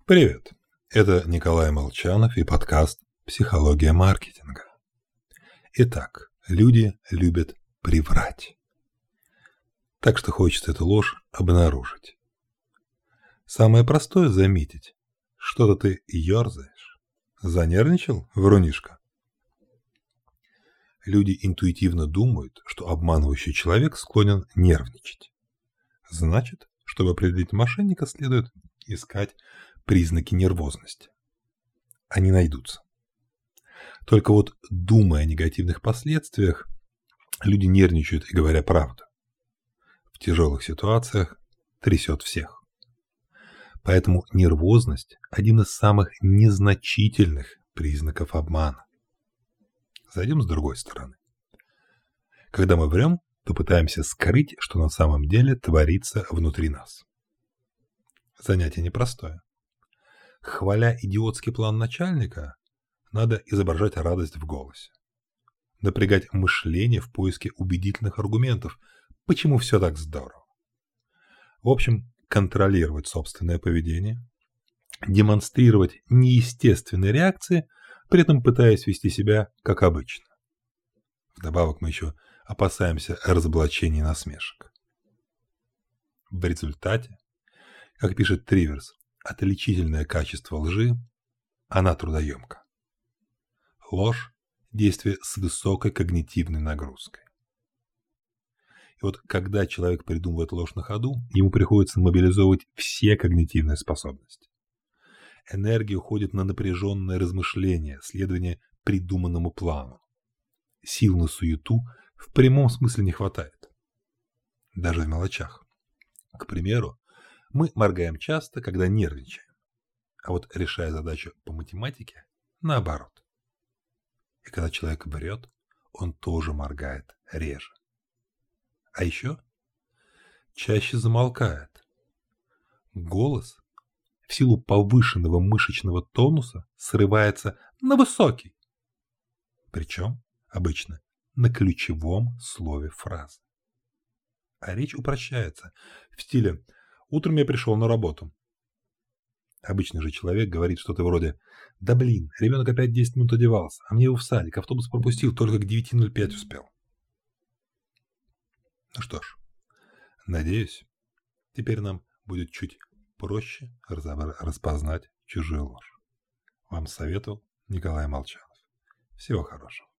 Привет! Это Николай Молчанов и подкаст «Психология маркетинга». Итак, люди любят приврать. Так что хочется эту ложь обнаружить. Самое простое заметить, что-то ты ерзаешь. Занервничал, врунишка? Люди интуитивно думают, что обманывающий человек склонен нервничать. Значит, чтобы определить мошенника, следует искать признаки нервозности. Они найдутся. Только вот, думая о негативных последствиях, люди нервничают и говоря правду. В тяжелых ситуациях трясет всех. Поэтому нервозность – один из самых незначительных признаков обмана. Зайдем с другой стороны. Когда мы врем, то пытаемся скрыть, что на самом деле творится внутри нас. Занятие непростое. Хваля идиотский план начальника, надо изображать радость в голосе. Напрягать мышление в поиске убедительных аргументов, почему все так здорово. В общем, контролировать собственное поведение, демонстрировать неестественные реакции, при этом пытаясь вести себя как обычно. Вдобавок мы еще опасаемся разоблачений и насмешек. В результате, как пишет Триверс, отличительное качество лжи – она трудоемка. Ложь – действие с высокой когнитивной нагрузкой. И вот когда человек придумывает ложь на ходу, ему приходится мобилизовывать все когнитивные способности. Энергия уходит на напряженное размышление, следование придуманному плану. Сил на суету в прямом смысле не хватает. Даже в мелочах. К примеру, мы моргаем часто, когда нервничаем. А вот решая задачу по математике, наоборот. И когда человек врет, он тоже моргает реже. А еще чаще замолкает. Голос в силу повышенного мышечного тонуса срывается на высокий. Причем обычно на ключевом слове фразы. А речь упрощается в стиле «Утром я пришел на работу». Обычный же человек говорит что-то вроде «Да блин, ребенок опять 10 минут одевался, а мне его в садик, автобус пропустил, только к 9:05 успел». Ну что ж, надеюсь, теперь нам будет чуть проще распознать чужую ложь. Вам советовал Николай Молчанов. Всего хорошего.